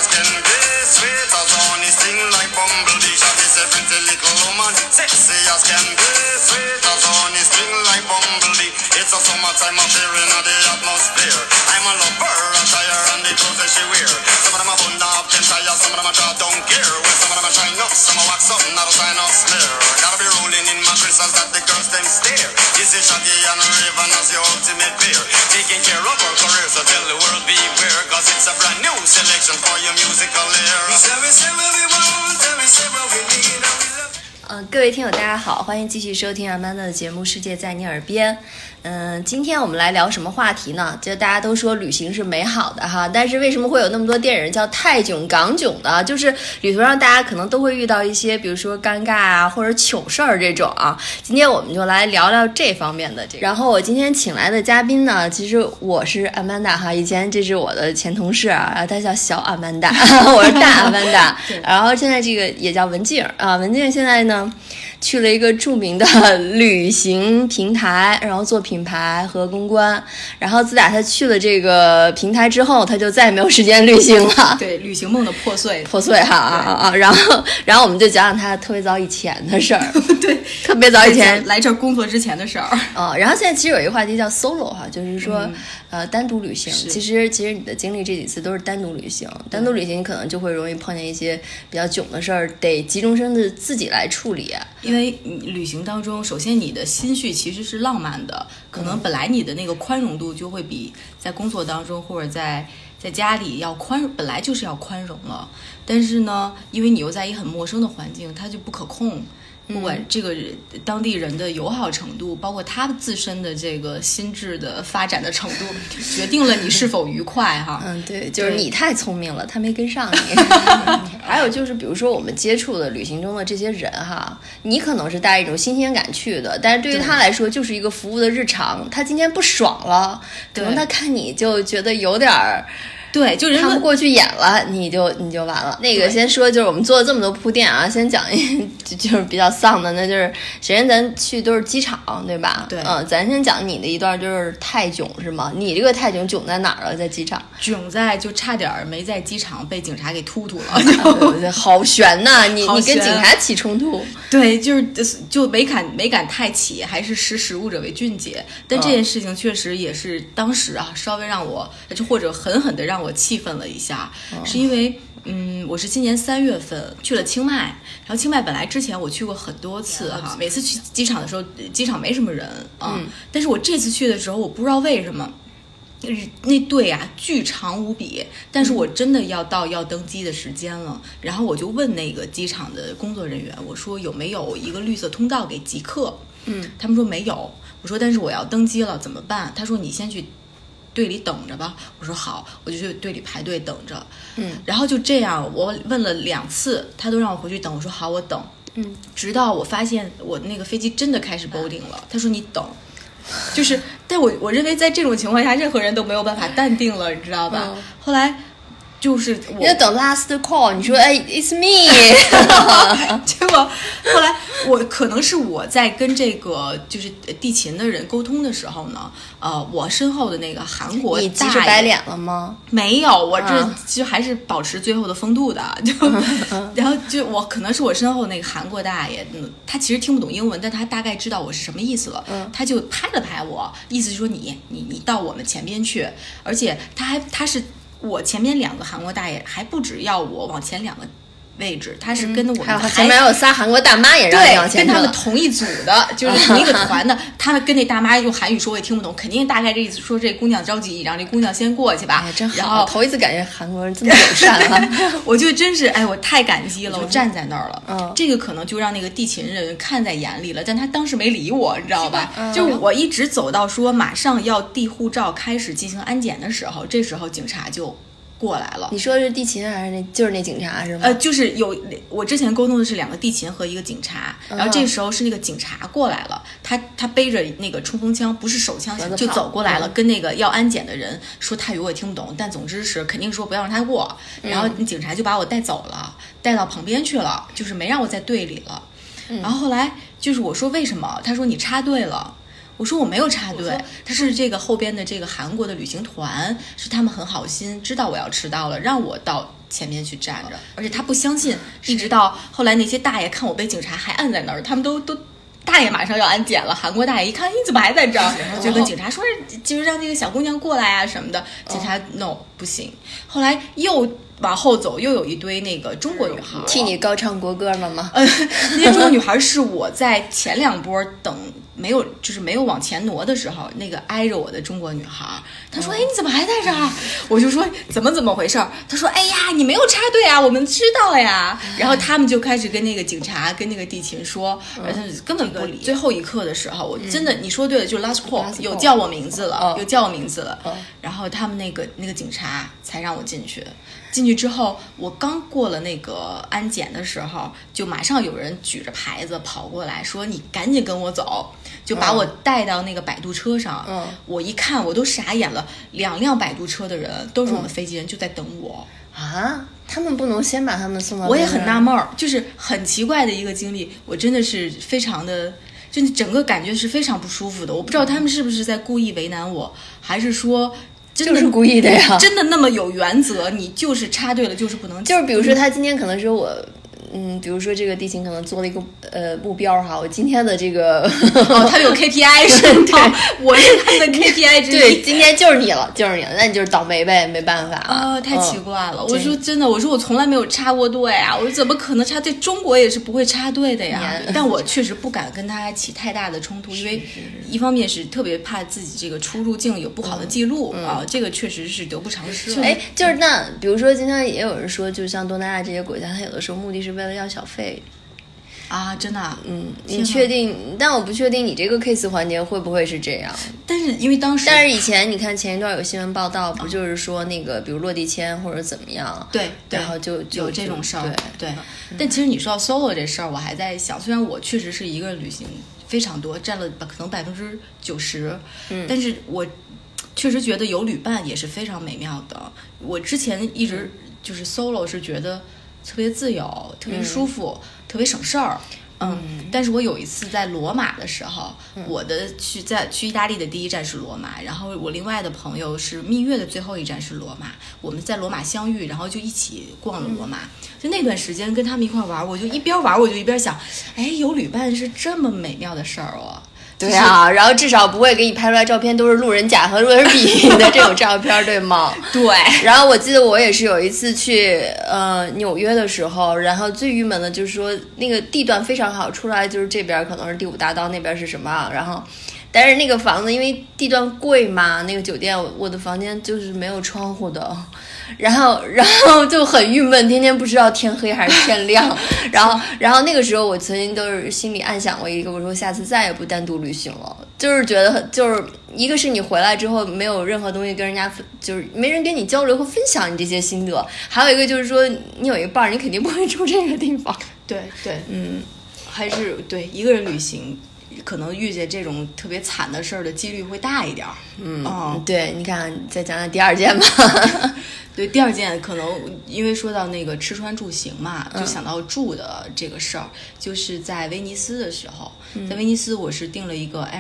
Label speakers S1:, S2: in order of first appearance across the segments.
S1: as can be, sweet as honey, sting like bumblebee. Shawty say pretty little woman, sexy as can be, sweet as honey, sting like bumblebee. It's a summertime affair in the atmosphere. I'm a lover, attire and the clothes that she wear. Some of them are bun up, them tire, some of them are draw down gear. Well, some of them are shine up, some are wax up, not a sign of smear. Gotta be rolling in my crystals that the girls them stare. This is Shaggy and Raven as your ultimate pair. Taking care of our career, so tell the world beware. Cause it's a brand new selection for your musical ear. Tell me say what we want, tell me say what we need.
S2: 各位听友大家好，欢迎继续收听阿曼达的节目《世界在你耳边》。今天我们来聊什么话题呢？就大家都说旅行是美好的哈，但是为什么会有那么多电影叫泰囧港囧的？就是旅途上大家可能都会遇到一些比如说尴尬啊或者糗事儿这种啊。今天我们就来聊聊这方面的这个。然后我今天请来的嘉宾呢，其实我是阿曼达哈，以前这是我的前同事啊，他叫小阿曼达，我是大阿曼达。然后现在这个也叫文静啊，文静现在呢去了一个著名的旅行平台，然后做品牌和公关。然后自打他去了这个平台之后，他就再也没有时间旅行了。
S3: 对，旅行梦的破碎
S2: 哈然后我们就讲讲他特别早以前的事儿。
S3: 对，
S2: 特别早以前
S3: 来这儿工作之前的事儿。
S2: 然后现在其实有一个话题叫 solo 哈，就是说单独旅行。其实你的经历这几次都是单独旅行，单独旅行可能就会容易碰见一些比较囧的事儿，得急中生智自己来处理。
S3: 因为旅行当中，首先你的心绪其实是浪漫的，可能本来你的那个宽容度就会比在工作当中或者在家里要本来就是要宽容了。但是呢，因为你又在一个很陌生的环境，它就不可控。不管这个当地人的友好程度，包括他自身的这个心智的发展的程度，决定了你是否愉快哈。
S2: 对，就是你太聪明了，他没跟上你。还有就是，比如说我们接触的旅行中的这些人哈，你可能是带一种新鲜感去的，但是对于他来说就是一个服务的日常。他今天不爽了，可能他看你就觉得有点儿。
S3: 对，就人
S2: 看不过去眼了，你就完了。那个先说，就是我们做了这么多铺垫啊，先讲就是比较丧的，那就是首先咱去都是机场，对吧？
S3: 对，
S2: 咱先讲你的一段，就是泰囧是吗？你这个泰囧囧在哪儿了？在机场？
S3: 囧在就差点没在机场被警察给突了，
S2: 好悬呐！你跟警察起冲突？
S3: 对，就没敢太起，还是识时务者为俊杰。但这件事情确实也是当时啊，稍微让我就或者狠狠的让我气愤了一下，是因为我是今年3月份去了清迈，然后清迈本来之前我去过很多次哈，每次去机场的时候，机场没什么人但是我这次去的时候，我不知道为什么那队啊巨长无比，但是我真的要登机的时间了，然后我就问那个机场的工作人员，我说有没有一个绿色通道给极客？他们说没有。我说但是我要登机了怎么办？他说你先去队里等着吧。我说好，我就去队里排队等着。然后就这样，我问了2次，他都让我回去等。我说好，我等。直到我发现我那个飞机真的开始 boarding 了，他说你等。但我认为在这种情况下，任何人都没有办法淡定了，你知道吧？后来就是我
S2: 要等 last call， 你说it's me，
S3: 结果后来可能是我在跟这个就是地勤的人沟通的时候呢，我身后的那个韩国大爷，
S2: 你急着白脸了吗？
S3: 没有，我这就还是保持最后的风度的，然后就我可能是我身后那个韩国大爷，他其实听不懂英文，但他大概知道我是什么意思了，他就拍了拍我，意思是说你到我们前边去，而且他是。我前面2个韩国大爷还不止要我往前2个位置，他是跟着我们
S2: 前面有仨韩国大妈也让你往前
S3: 跟他们同一组的，就是同一个团的。他们跟那大妈用韩语说我也听不懂，肯定大概这意思说这姑娘着急，让这姑娘先过去吧。
S2: 真好，
S3: 然后
S2: 头一次感觉韩国人这么友善啊！
S3: 我就真是我太感激了，我站在那儿了。这个可能就让那个地勤人看在眼里了，但他当时没理我，你知道吧？就我一直走到说马上要递护照开始进行安检的时候，这时候警察就过来了。
S2: 你说的是地勤还是就是那警察是吗？
S3: 就是我之前沟通的是2个地勤和1个警察，然后这时候是那个警察过来了，他背着那个冲锋枪，不是手枪，就走过来了，跟那个要安检的人说泰语我也听不懂，但总之是肯定说不要让他过，然后警察就把我带走了，带到旁边去了，就是没让我在队里了。然后后来就是我说为什么？他说你插队了。我说我没有插队，他是这个后边的这个韩国的旅行团，是他们很好心，知道我要迟到了，让我到前面去站着，而且他不相信，一直到后来那些大爷看我被警察还按在那儿，他们都大爷马上要安检了，韩国大爷一看你怎么还在这儿，然后就跟警察说就是让那个小姑娘过来啊什么的，警察 no 不行，后来又往后走，又有一堆那个中国女孩
S2: 替你高唱国歌了吗？
S3: 那些中国女孩是我在前2波等没有往前挪的时候，那个挨着我的中国女孩，她说：“哎，你怎么还在这儿？”我就说：“怎么回事？”她说：“哎呀，你没有插队啊，我们知道呀。”然后他们就开始跟那个警察、跟那个地勤说，而且根本不理。最后一刻的时候，我真的你说对了，就 last call 有叫我名字了，然后他们那个警察才让我进去。进去之后，我刚过了那个安检的时候，就马上有人举着牌子跑过来说：“你赶紧跟我走！”就把我带到那个摆渡车上。我一看，我都傻眼了，2辆摆渡车的人都是我们飞机人，就在等我。
S2: 啊，他们不能先把他们送到？
S3: 我也很纳闷儿，就是很奇怪的一个经历，我真的是非常的，就整个感觉是非常不舒服的。我不知道他们是不是在故意为难我，还是说真的
S2: 就是故意的呀？
S3: 真的那么有原则？你就是插队了，就是不能。
S2: 就是比如说他今天可能说我。比如说这个地勤可能做了一个目标哈，我今天的这个
S3: 他有 KPI 是吗？我是他的 KPI 之一。
S2: 对，今天就是你了，那你就是倒霉呗，没办法
S3: 啊，太奇怪了。我说真的，我从来没有插过队啊，我说怎么可能插队？中国也是不会插队的呀。但我确实不敢跟他起太大的冲突，因为一方面是特别怕自己这个出入境有不好的记录啊，这个确实是得不偿失。
S2: 哎，就是那比如说今天也有人说，就像东南亚这些国家，它有的时候目的是为了要小费
S3: 啊，真的
S2: 你确定？但我不确定你这个 case 环节会不会是这样。
S3: 但是因为当时，
S2: 但是以前你看前一段有新闻报道，不就是说那个比如落地签或者怎么样？
S3: 对，
S2: 然后就
S3: 有这种事儿。对。但其实你说到 solo 这事儿，我还在想，虽然我确实是一个人旅行非常多，占了可能90%，但是我确实觉得有旅伴也是非常美妙的。我之前一直就是 solo 是觉得特别自由，特别舒服，特别省事儿。但是我有一次在罗马的时候，我的去意大利的第一站是罗马，然后我另外的朋友是蜜月的最后一站是罗马，我们在罗马相遇，然后就一起逛了罗马。就那段时间跟他们一块玩，我就一边玩我就一边想，哎，有旅伴是这么美妙的事儿哦。
S2: 对啊，然后至少不会给你拍出来照片都是路人甲和路人丙的这种照片，对吗？
S3: 对。
S2: 然后我记得我也是有一次去纽约的时候，然后最郁闷的就是说那个地段非常好，出来就是这边可能是第5大道，那边是什么，然后但是那个房子因为地段贵嘛，那个酒店我的房间就是没有窗户的。然后就很郁闷，天天不知道天黑还是天亮。然后那个时候我曾经都是心里暗想过一个，我说下次再也不单独旅行了，就是觉得就是一个是你回来之后没有任何东西跟人家就是没人跟你交流和分享你这些心得，还有一个就是说你有一伴你肯定不会住这个地方。
S3: 对，还是对一个人旅行可能遇见这种特别惨的事儿的几率会大一点。
S2: 对，你看再讲讲第2件吧。
S3: 对，第2件可能因为说到那个吃穿住行嘛，就想到住的这个事儿，就是在威尼斯的时候，在威尼斯我是订了一个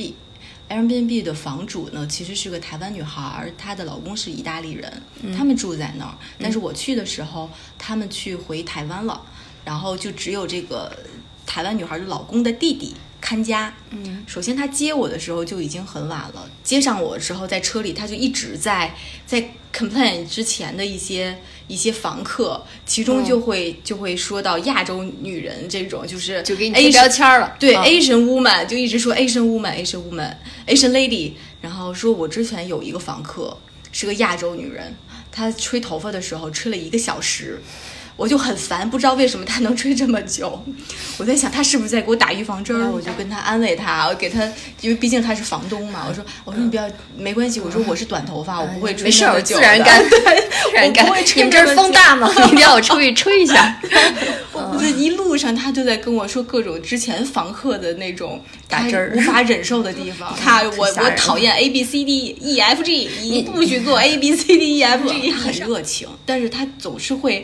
S3: Airbnb 的房主呢，其实是个台湾女孩，她的老公是意大利人，他们住在那儿，但是我去的时候，他们回台湾了，然后就只有这个台湾女孩的老公的弟弟看家。首先他接我的时候就已经很晚了，接上我的时候在车里他就一直在 complain 之前的一些房客，其中就会说到亚洲女人这种，就
S2: 给你贴标签了。
S3: 对，Asian woman 就一直说 Asian woman，Asian lady， 然后说我之前有一个房客是个亚洲女人，她吹头发的时候吹了1个小时。我就很烦，不知道为什么他能吹这么久。我在想他是不是在给我打预防针，我就跟他安慰他，我给他，因为毕竟他是房东嘛。我说你不要，没关系。我说我是短头发，我不会吹这么久的。
S2: 自然干，自然干。你们这儿风大吗？一定要我出去吹一下。
S3: 我一路上他就在跟我说各种之前房客的那种
S2: 打针
S3: 无法忍受的地方。我讨厌 A B C D E F G， 你不许做 A B C D E F G。很热情，但是他总是会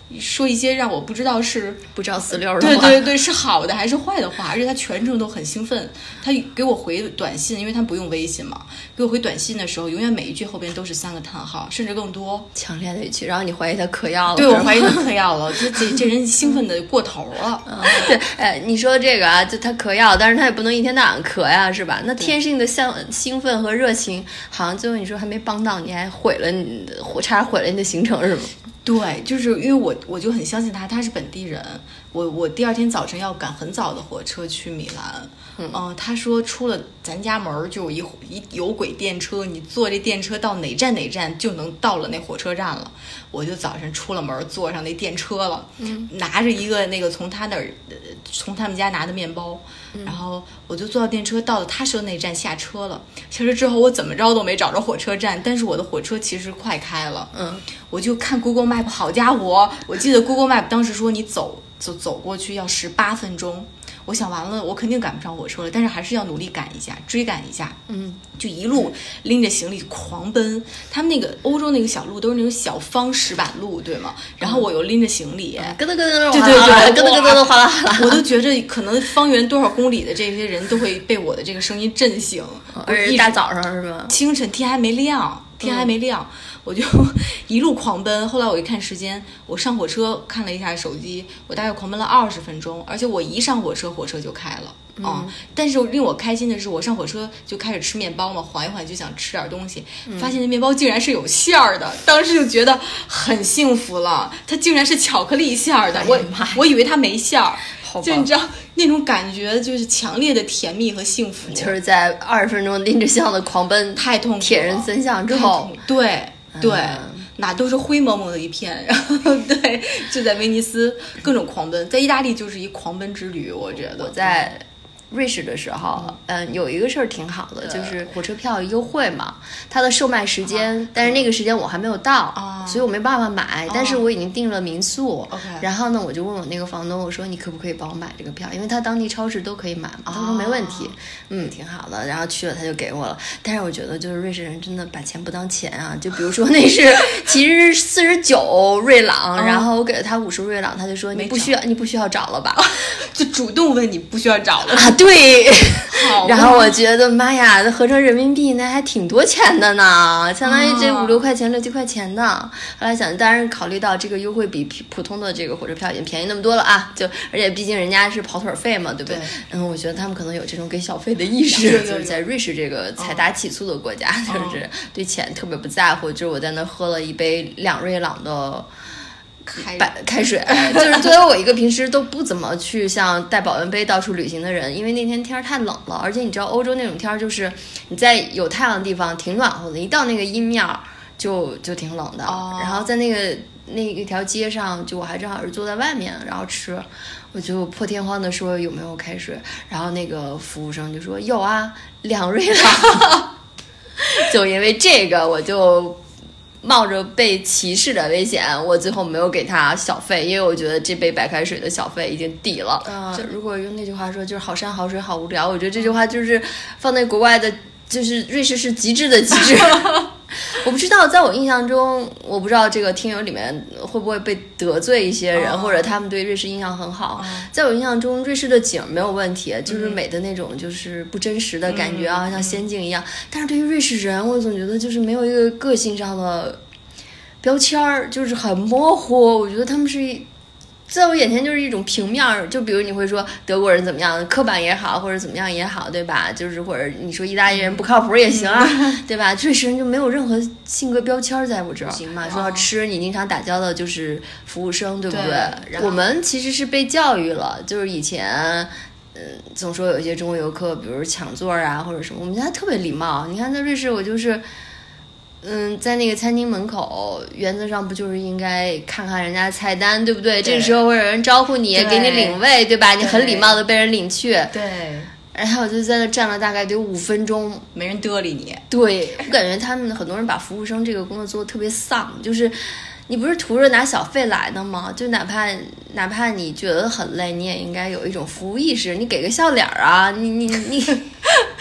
S3: 说一些让我不知道是
S2: 不知道死溜的话。
S3: 对是好的还是坏的话，而且他全程都很兴奋。他给我回短信，因为他不用微信嘛，给我回短信的时候，永远每一句后边都是3个叹号，甚至更多。
S2: 强烈的语气，然后你怀疑他嗑药了？
S3: 对，我怀疑他嗑药了，这人兴奋的过头了。
S2: 对，你说这个啊，就他嗑药，但是他也不能一天到晚嗑呀，是吧？那天性的兴奋和热情，好像最后你说还没帮到你，还毁了你，差点毁了你的行程，是吗？
S3: 对，就是因为我就很相信他是本地人。我第二天早晨要赶很早的火车去米兰。他说出了咱家门就有一有轨电车，你坐这电车到哪站就能到了那火车站了。我就早晨出了门，坐上那电车了，拿着一个那个从他们家拿的面包，然后我就坐到电车，到了他说那站下车了。下车之后我怎么着都没找着火车站，但是我的火车其实快开了。我就看 Google Map， 好家伙，我记得 Google Map 当时说你走过去要18分钟。我想完了，我肯定赶不上火车了，但是还是要努力追赶一下。就一路拎着行李狂奔。他们那个欧洲那个小路都是那种小方石板路，对吗？然后我又拎着行李，
S2: 咯噔咯噔，
S3: 对，
S2: 咯噔咯噔，哗啦哗啦。
S3: 我都觉着可能方圆多少公里的这些人都会被我的这个声音震醒。
S2: 而且大早上是吧？
S3: 清晨天还没亮。我就一路狂奔。后来我一看时间，我上火车看了一下手机，我大概狂奔了20分钟，而且我一上火车就开了。但是令我开心的是，我上火车就开始吃面包嘛，缓一缓就想吃点东西，发现那面包竟然是有馅儿的，当时就觉得很幸福了。它竟然是巧克力馅儿的，我以为它没馅儿。就你知道那种感觉，就是强烈的甜蜜和幸福。
S2: 就是在20分钟拎着箱子狂奔，
S3: 太痛苦了。
S2: 铁人三项之后，
S3: 对，哪都是灰蒙蒙的一片。然后对，就在威尼斯各种狂奔，在意大利就是一狂奔之旅。我觉得
S2: 我在瑞士的时候，有一个事儿挺好的，就是火车票优惠嘛，它的售卖时间，但是那个时间我还没有到，所以我没办法买，但是我已经订了民宿。然后呢，我就问我那个房东，我说你可不可以帮我买这个票，因为他当地超市都可以买嘛。他说没问题，挺好的。然后去了他就给我了，但是我觉得就是瑞士人真的把钱不当钱啊，就比如说那是其实49瑞郎，然后我给了他50瑞郎，他就说你不需要找了吧，
S3: 就主动问你不需要找了
S2: 啊。对，然后我觉得妈呀，那合成人民币那还挺多钱的呢，相当于这5、6块钱、6、7块钱呢。后来想，当然考虑到这个优惠比普通的这个火车票已经便宜那么多了啊，而且毕竟人家是跑腿费嘛，对不对？我觉得他们可能有这种给小费的意识，就是在瑞士这个财大气粗的国家，就是对钱特别不在乎。就是我在那喝了一杯2瑞郎的开水，就是作为我一个平时都不怎么去像带保温杯到处旅行的人，因为那天天太冷了，而且你知道欧洲那种天就是你在有太阳的地方挺暖和的，一到那个阴面就挺冷的。然后在那一条街上，就我还正好是坐在外面，然后吃，我就破天荒的说有没有开水，然后那个服务生就说有啊，2瑞郎。就因为这个我就冒着被歧视的危险，我最后没有给他小费，因为我觉得这杯白开水的小费已经抵了。就如果用那句话说，就是好山好水好无聊，我觉得这句话就是放在国外的，就是瑞士是极致的极致。我不知道，在我印象中，我不知道这个听友里面会不会被得罪一些人，或者他们对瑞士印象很好。在我印象中，瑞士的景没有问题，就是美的那种，就是不真实的感觉啊，像仙境一样。但是对于瑞士人，我总觉得就是没有一个个性上的标签儿，就是很模糊。我觉得他们是在我眼前就是一种平面，就比如你会说德国人怎么样，刻板也好，或者怎么样也好，对吧？就是或者你说意大利人不靠谱也行啊，对吧？瑞士人就没有任何性格标签在我这儿，行嘛？说到吃，你经常打交道就是服务生，对不对？我们其实是被教育了，就是以前。总说有一些中国游客，比如抢座啊或者什么，我们家特别礼貌。你看在瑞士，我就是。在那个餐厅门口，原则上不就是应该看看人家菜单，对不对？这个时候会有人招呼你，给你领位，对吧？你很礼貌的被人领去。
S3: 对。
S2: 然后我就在那站了大概得有5分钟，
S3: 没人搭理你。
S2: 对，我感觉他们很多人把服务生这个工作做得特别丧，就是你不是图着拿小费来的吗？就哪怕你觉得很累，你也应该有一种服务意识，你给个笑脸啊，你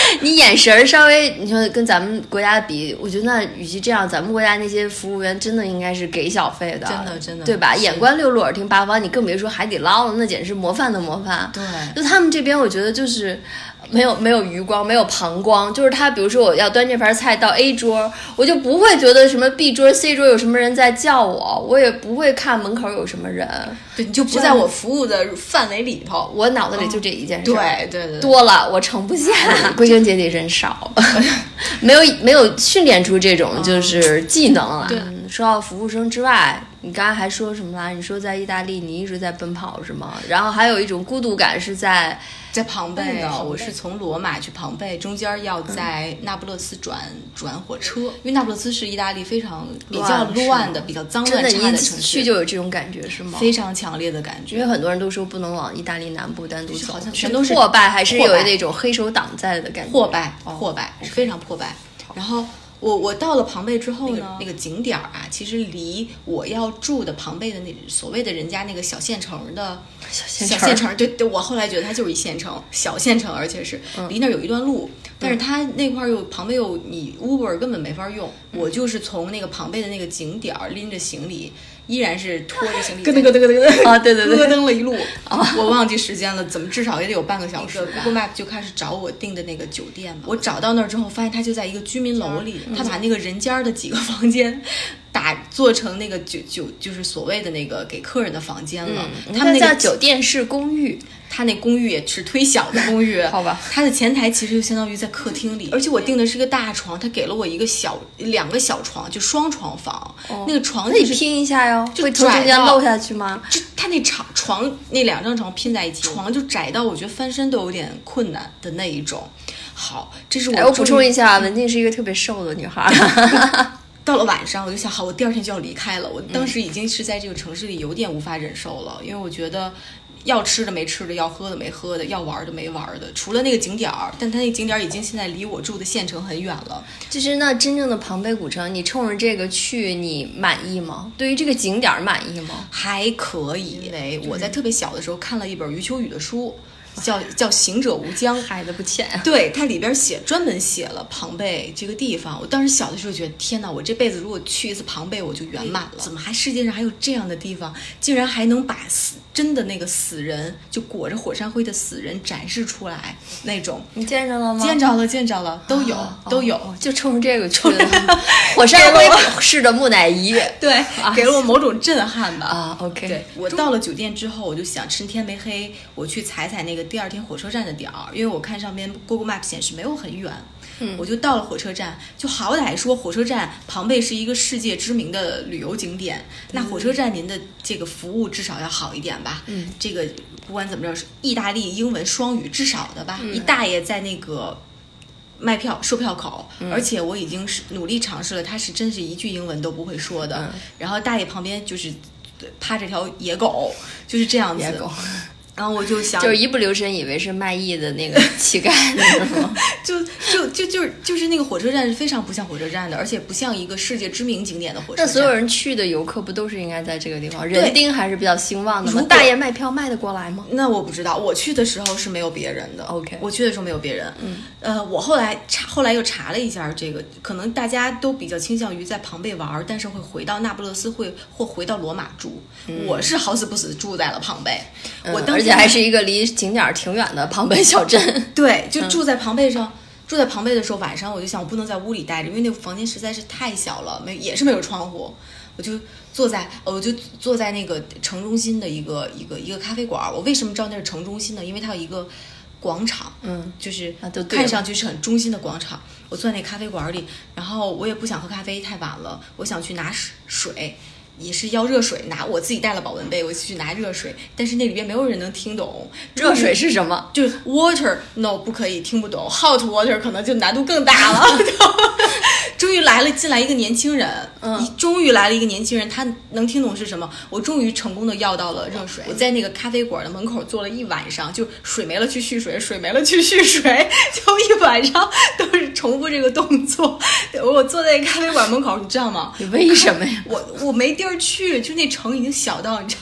S2: 你眼神儿稍微，你说跟咱们国家比，我觉得那与其这样，咱们国家那些服务员真的应该是给小费的，
S3: 真的，
S2: 对吧？眼观六路，耳听八方，你更别说海底捞了，那简直是模范的模范。
S3: 对，
S2: 就他们这边，我觉得就是没有余光，没有膀胱，就是他，比如说我要端这盘菜到 A 桌，我就不会觉得什么 B 桌、C 桌有什么人在叫我，我也不会看门口有什么人，
S3: 对，你就不在我服务的范围里头，
S2: 我脑子里就这一件事。
S3: 对，
S2: 多了我盛不下，归根结底人少，没有训练出这种就是技能来。说到服务生之外，你刚才还说什么来？你说在意大利你一直在奔跑是吗？然后还有一种孤独感是在
S3: 庞贝呢，我是从罗马去庞贝，中间要在那不勒斯转火车，因为那不勒斯是意大利比较乱的、比较脏乱差的城市，
S2: 去就有这种感觉是吗？
S3: 非常强烈的感觉，
S2: 因为很多人都说不能往意大利南部单独走，
S3: 好像全都是
S2: 破败，还是有那种黑手党在的感觉，
S3: 破败，非常破败。然后我到了庞贝之后呢，那个景点啊，其实离我要住的庞贝的那所谓的人家那个小县城的小县城，对，我后来觉得它就是一县城，小县城，而且是离那儿有一段路，但是它那块庞贝有你 Uber 根本没法用，我就是从那个庞贝的那个景点拎着行李。依然是拖着行李咯噔
S2: 啊，对咯
S3: 噔了一路，我忘记时间了，怎么至少也得有半个小时。Google Map 就开始找我订的那个酒店嘛，我找到那儿之后，发现它就在一个居民楼里，他把那个人间的几个房间做成那个就是所谓的那个给客人的房间了。他们那个
S2: 叫酒店式公寓。
S3: 他那公寓也是忒小的公寓，
S2: 好吧？
S3: 他的前台其实就相当于在客厅里，而且我订的是个大床，他给了我两个小床，就双床房。那个床
S2: 可以拼一下哟，
S3: 就
S2: 会从中间漏下去吗？
S3: 就他那床那两张床拼在一起，床就窄到我觉得翻身都有点困难的那一种。好，这是
S2: 我补充一下，文静是一个特别瘦的女孩。
S3: 到了晚上，我就想，好，我第二天就要离开了。我当时已经是在这个城市里有点无法忍受了，因为我觉得要吃的没吃的，要喝的没喝的，要玩的没玩的，除了那个景点儿，但它那个景点儿已经现在离我住的县城很远了。
S2: 就是那真正的庞贝古城，你冲着这个去，你满意吗？对于这个景点满意吗？
S3: 还可以，因为我在特别小的时候看了一本余秋雨的书。叫《行者无疆》，
S2: 害得不浅。
S3: 对，它里边专门写了庞贝这个地方。我当时小的时候觉得，天哪！我这辈子如果去一次庞贝，我就圆满了。怎么世界上还有这样的地方，竟然还能把真的那个死人，就裹着火山灰的死人展示出来那种？
S2: 你见着了吗？
S3: 见着了，都有，都有。
S2: 就冲着这个去的。火山灰式的木乃伊，
S3: 对，给了我某种震撼吧。
S2: 啊 ，OK。
S3: 对，我到了酒店之后，我就想趁天没黑，我去踩那个第二天火车站的点儿，因为我看上边 Google Map 显示没有很远，我就到了火车站。就好歹说火车站庞贝是一个世界知名的旅游景点，那火车站您的这个服务至少要好一点吧？这个不管怎么着，意大利英文双语至少的吧？一大爷在那个卖票售票口，而且我已经是努力尝试了，他是真是一句英文都不会说的。然后大爷旁边就是趴着条野狗，就是这样子。
S2: 野狗。
S3: 然后我就想，
S2: 就是一不留神以为是卖艺的那个乞丐，是吗？
S3: 就是那个火车站是非常不像火车站的，而且不像一个世界知名景点的火车站。
S2: 那所有人去的游客不都是应该在这个地方？人丁还是比较兴旺的吗？大爷卖票卖得过来吗？
S3: 那我不知道，我去的时候是没有别人的。
S2: OK，
S3: 我去的时候没有别人。我后来又查了一下，这个可能大家都比较倾向于在庞贝玩，但是会回到那不勒斯或回到罗马住。我是好死不死住在了庞贝，我当时。
S2: 而且还是一个离景点挺远的庞贝小镇。
S3: 对，就住在庞贝上。住在庞贝的时候，晚上我就想，我不能在屋里待着，因为那个房间实在是太小了，也是没有窗户。我就坐在那个城中心的一个咖啡馆。我为什么知道那是城中心呢？因为它有一个广场，就是看上去是很中心的广场。我坐在那咖啡馆里，然后我也不想喝咖啡，太晚了，我想去拿水。也是要热水，我自己带了保温杯，我去拿热水，但是那里边没有人能听懂。
S2: 热水是什么？
S3: 就是 water， no 不可以，听不懂。hot water 可能就难度更大了。终于进来一个年轻人，终于来了一个年轻人，他能听懂是什么。我终于成功的要到了热水。我在那个咖啡馆的门口坐了一晚上，就水没了去蓄水，水没了去蓄水，就一晚上都是重复这个动作。我坐在咖啡馆门口，你知道吗？
S2: 你为什么呀？
S3: 我没地儿去，就那城已经小到你知道。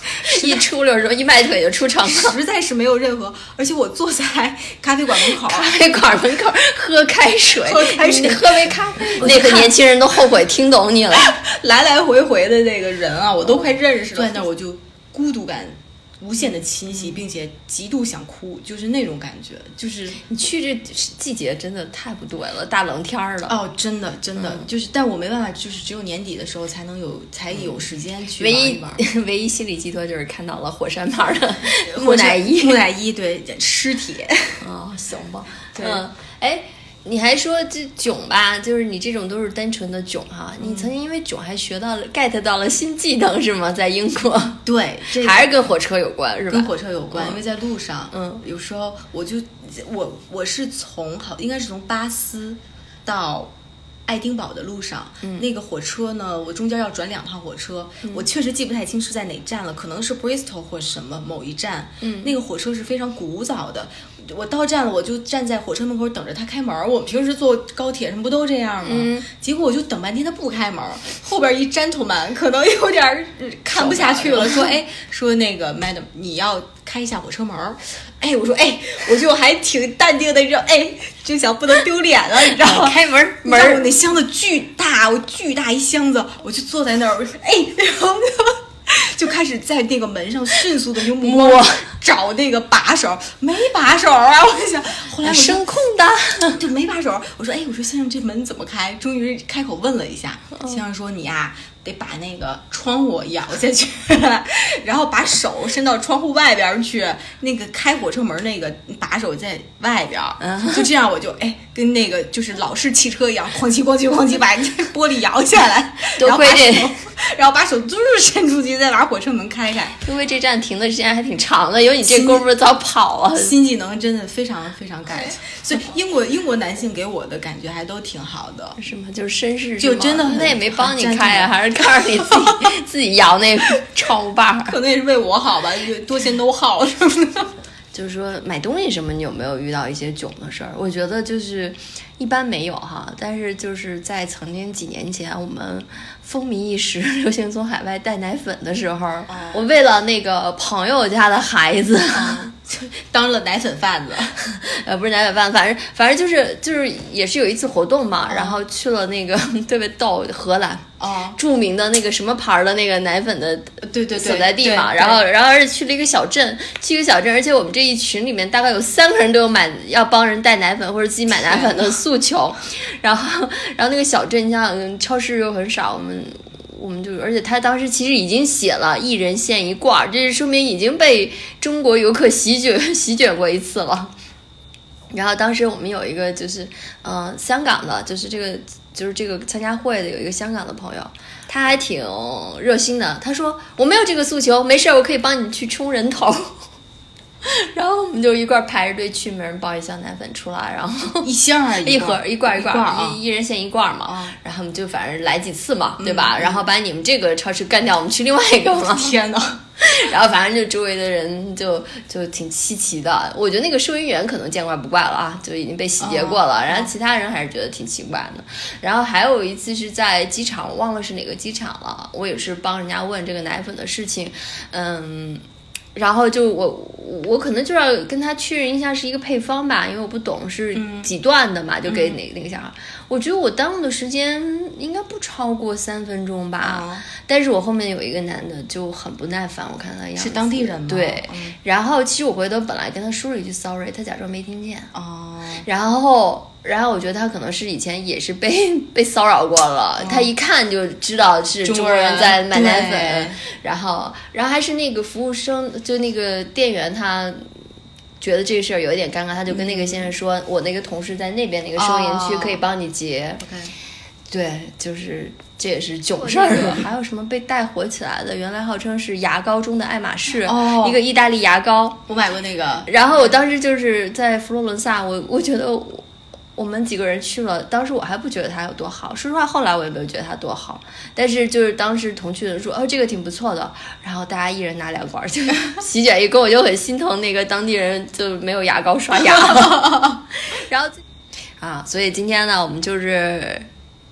S2: 一出溜的时候一迈腿就出城了，
S3: 实在是没有任何，而且我坐在咖啡馆门口，
S2: 咖啡馆门口喝开水，你喝杯咖啡，那个年轻人都后悔听懂你了，
S3: 来来回回的那个人啊，我都快认识了。坐在那儿我就孤独感无限的侵袭，并且极度想哭，就是那种感觉。就是
S2: 你去这季节真的太不对了，大冷天儿了。
S3: 哦，真的就是，但我没办法，就是只有年底的时候才有时间去玩一玩。
S2: 唯一心理寄托就是看到了火山牌的木乃伊，
S3: 对，尸体。
S2: 哦，行吧。
S3: 对，
S2: 哎。你还说这囧吧，就是你这种都是单纯的囧哈。你曾经因为囧还学到了 get 到了新技能是吗？在英国，
S3: 对，
S2: 还是跟火车有关是吧？
S3: 跟火车有关，因为在路上，有时候我是应该是从巴斯到爱丁堡的路上，那个火车呢，我中间要转2趟火车，我确实记不太清是在哪站了，可能是 Bristol 或什么某一站。那个火车是非常古早的。我到站了，我就站在火车门口等着他开门。我们平时坐高铁什么不都这样吗？结果我就等半天他不开门，后边一 gentleman 可能有点看不下去了，说那个 madam 你要开一下火车门。我说我就还挺淡定的，你知道，就想不能丢脸了，你知道吗？
S2: 开门，
S3: 我那箱子巨大，我巨大一箱子，我就坐在那儿，我说然后就开始在那个门上迅速的用目光找那个把手，没把手啊！我就想，后来我
S2: 声控的，
S3: 就没把手。我说先生，这门怎么开？终于开口问了一下，先生说你呀，得把那个窗户摇下去，然后把手伸到窗户外边去，那个开火车门那个把手在外边，就这样我就跟那个就是老式汽车一样，哐叽哐叽哐叽把玻璃摇下来，然后把手伸出去，再把火车门开开。
S2: 因为这站停的时间还挺长的，有你这功夫早跑了。
S3: 新技能真的非常非常感谢。所以英国男性给我的感觉还都挺好的。
S2: 是吗？就是绅士，
S3: 就真的
S2: 那也没帮你开啊，还是告诉你自己摇那个窗户把。
S3: 可能也是为我好吧，多些 know how 什么的。
S2: 就是说买东西什么，你有没有遇到一些囧的事儿？我觉得就是一般没有哈，但是就是在曾经几年前我们风靡一时、流行从海外带奶粉的时候，我为了那个朋友家的孩子，
S3: 当了奶粉贩子，
S2: 不是奶粉贩子，反正就是也是有一次活动嘛，然后去了那个特别逗荷兰。著名的那个什么牌的那个奶粉的所在地嘛，然后而且去了一个小镇，而且我们这一群里面大概有3个人都有要帮人带奶粉或者自己买奶粉的诉求，然后那个小镇，你像超市又很少，我们就，而且他当时其实已经写了1人限1罐，这是说明已经被中国游客席卷过一次了。然后当时我们有一个就是香港的，就是这个参加会的有一个香港的朋友，他还挺热心的，他说我没有这个诉求，没事，我可以帮你去充人头。然后我们就一块排着队去，每人抱一箱奶粉出来，然后
S3: 一箱啊，
S2: 一盒一罐，1人限1罐嘛。然后我们就反正来几次嘛，对吧？然后把你们这个超市干掉，我们去另外一个嘛。
S3: 天哪！
S2: 然后反正就周围的人就挺稀奇的，我觉得那个收银员可能见怪不怪了啊，就已经被洗劫过了。然后其他人还是觉得挺奇怪的。然后还有一次是在机场，我忘了是哪个机场了，我也是帮人家问这个奶粉的事情，然后就我可能就要跟他确认一下是一个配方吧，因为我不懂是几段的嘛，就给那个小孩。我觉得我耽误的时间应该不超过3分钟吧，但是我后面有一个男的就很不耐烦，我看他样子
S3: 是当地人吗？
S2: 对，然后其实我回头本来跟他说了一句 sorry， 他假装没听见。然后我觉得他可能是以前也是被骚扰过了，他一看就知道是中国人在买奶粉，然后还是那个服务生，就那个店员他觉得这个事儿有一点尴尬，他就跟那个先生说，我那个同事在那边那个收银区可以帮你结。对，就是这也是囧事儿了。还有什么被带火起来的？原来号称是牙膏中的爱马仕，一个意大利牙膏，
S3: 我买过那个。
S2: 然后我当时就是在佛罗伦萨，我觉得我们几个人去了，当时我还不觉得它有多好，说实话，后来我也没有觉得它多好，但是就是当时同去的人说，这个挺不错的，然后大家一人拿2罐，就席卷一空，我就很心疼那个当地人就没有牙膏刷牙了。然后所以今天呢，我们就是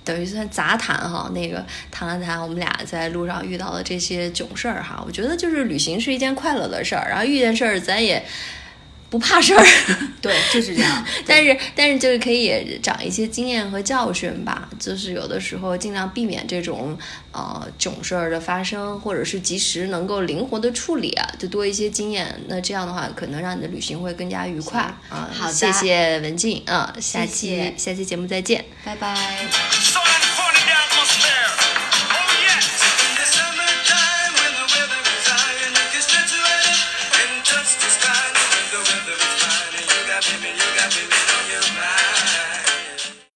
S2: 等于算杂谈哈，那个谈了谈我们俩在路上遇到的这些囧事儿哈。我觉得就是旅行是一件快乐的事儿，然后遇见事儿咱也不怕事儿，
S3: 对，就是这样。
S2: 但是就是可以长一些经验和教训吧，就是有的时候尽量避免这种囧事儿的发生，或者是及时能够灵活的处理啊，就多一些经验。那这样的话，可能让你的旅行会更加愉快啊。
S3: 好的，
S2: 谢谢文静啊，下期节目再见，
S3: 拜拜。
S1: So